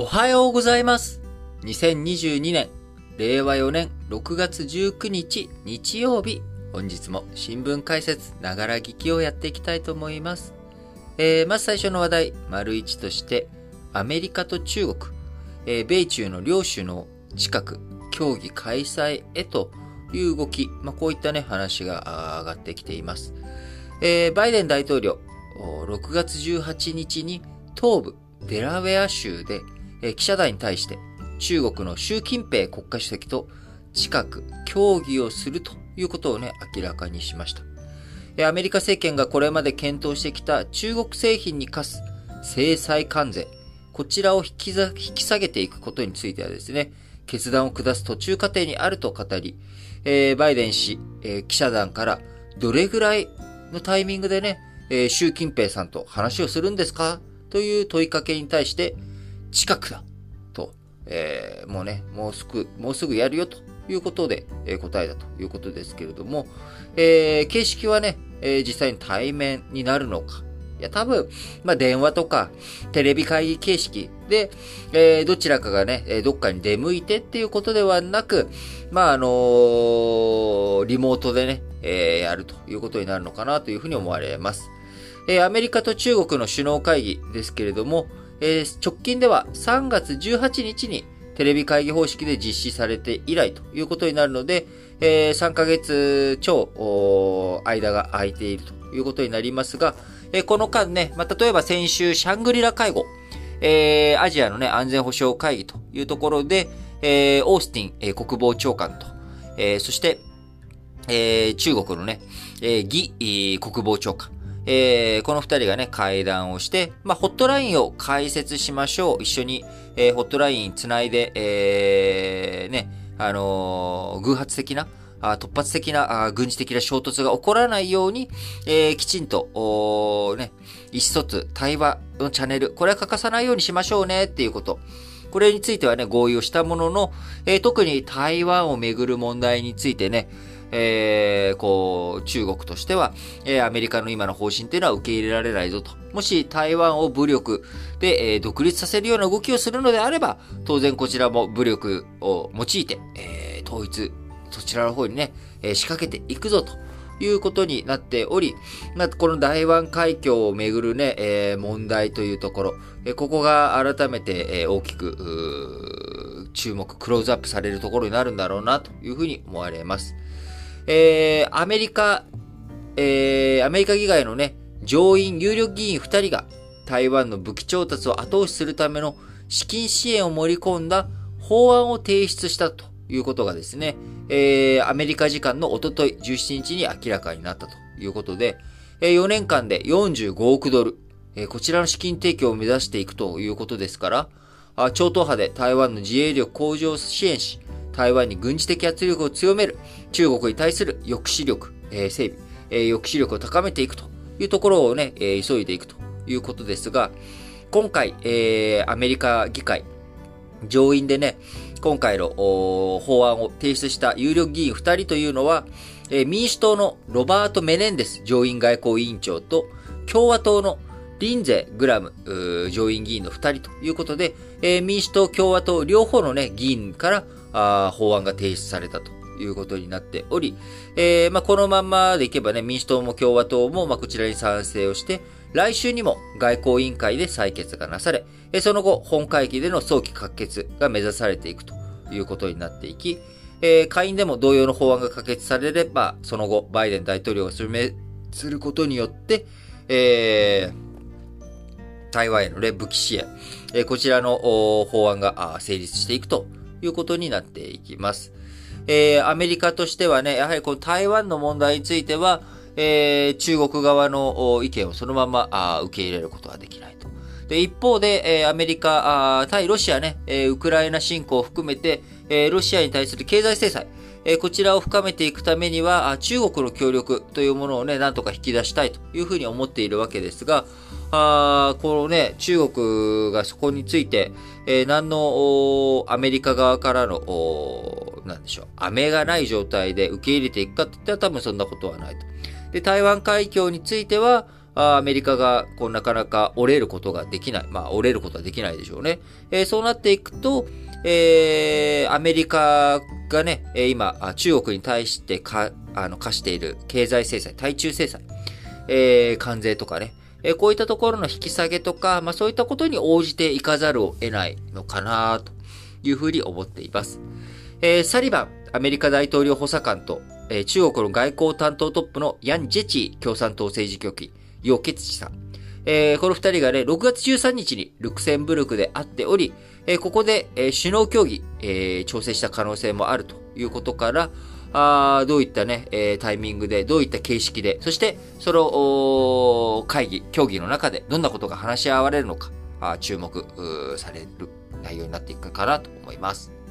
おはようございます。2022年、令和4年6月19日日曜日、本日も新聞解説、ながら聞きをやっていきたいと思います。まず最初の話題、丸1として、アメリカと中国、米中の両首脳近く協議開催へという動き、こういったね、話が上がってきています。バイデン大統領、6月18日に東部デラウェア州で、記者団に対して中国の習近平国家主席と近く協議をするということをね、明らかにしました。アメリカ政権がこれまで検討してきた中国製品に課す制裁関税、こちらを引き下げていくことについてはですね、決断を下す途中過程にあると語り、バイデン氏、記者団からどれぐらいのタイミングでね、習近平さんと話をするんですかという問いかけに対して、近くだと、もうすぐやるよということで、答えたということですけれども、形式はね、実際に対面になるのか。いや、多分、電話とか、テレビ会議形式で、どちらかがね、どっかに出向いてっていうことではなく、リモートでね、やるということになるのかなというふうに思われます。アメリカと中国の首脳会議ですけれども、直近では3月18日にテレビ会議方式で実施されて以来ということになるので、3ヶ月超間が空いているということになりますが、この間ね、例えば先週シャングリラ会合、アジアのね、安全保障会議というところで、オースティン、国防長官と、そして、中国のね、魏、国防長官、この二人がね、会談をして、ホットラインを開設しましょう。一緒に、ホットラインつないで、偶発的な、突発的な、軍事的な衝突が起こらないように、きちんと、意思疎通、対話のチャンネル、これは欠かさないようにしましょうね、っていうこと。これについてはね、合意をしたものの、特に台湾をめぐる問題についてね、中国としては、アメリカの今の方針っていうのは受け入れられないぞと。もし台湾を武力で、独立させるような動きをするのであれば、当然こちらも武力を用いて、統一、そちらの方にね、仕掛けていくぞということになっており、この台湾海峡をめぐるね、問題というところ、ここが改めて、大きく、注目、クローズアップされるところになるんだろうなというふうに思われます。アメリカ議会のね、上院有力議員2人が台湾の武器調達を後押しするための資金支援を盛り込んだ法案を提出したということがですね、アメリカ時間のおととい17日に明らかになったということで、4年間で45億ドル、こちらの資金提供を目指していくということですから、超党派で台湾の自衛力向上を支援し、台湾に軍事的圧力を強める中国に対する抑止力、整備、抑止力を高めていくというところをね、急いでいくということですが、今回、アメリカ議会上院でね、今回の法案を提出した有力議員2人というのは、民主党のロバート・メネンデス上院外交委員長と共和党のリンゼ・グラム上院議員の2人ということで、民主党、共和党両方のね、議員から法案が提出されたということになっており、このまんまでいけばね、民主党も共和党もこちらに賛成をして、来週にも外交委員会で採決がなされ、その後、本会議での早期可決が目指されていくということになっていき、下院でも同様の法案が可決されれば、その後、バイデン大統領が署名することによって、台湾への武器支援、こちらの法案が成立していくということになっていきます。アメリカとしてはね、やはりこの台湾の問題については、中国側の意見をそのまま受け入れることはできないと。で、一方で、アメリカ、対ロシアね、ウクライナ侵攻を含めて、ロシアに対する経済制裁、こちらを深めていくためには、中国の協力というものをね、なんとか引き出したいというふうに思っているわけですが、このね、中国がそこについて、何のアメリカ側からの、なんでしょう、飴がない状態で受け入れていくかって言ったら多分そんなことはないと。で、台湾海峡については、 アメリカがなかなか折れることができない。折れることはできないでしょうね。そうなっていくと、アメリカがね、今、中国に対して課している経済制裁、対中制裁、関税とかね、こういったところの引き下げとか、そういったことに応じていかざるを得ないのかなというふうに思っています。サリバン、アメリカ大統領補佐官と、中国の外交担当トップのヤン・ジェチ共産党政治局員、楊潔チさん。この二人がね、6月13日にルクセンブルクで会っており、ここで、首脳協議、調整した可能性もあるということから、どういったね、タイミングで、どういった形式で、そして、その、協議の中でどんなことが話し合われるのか、注目される内容になっていくかなと思います。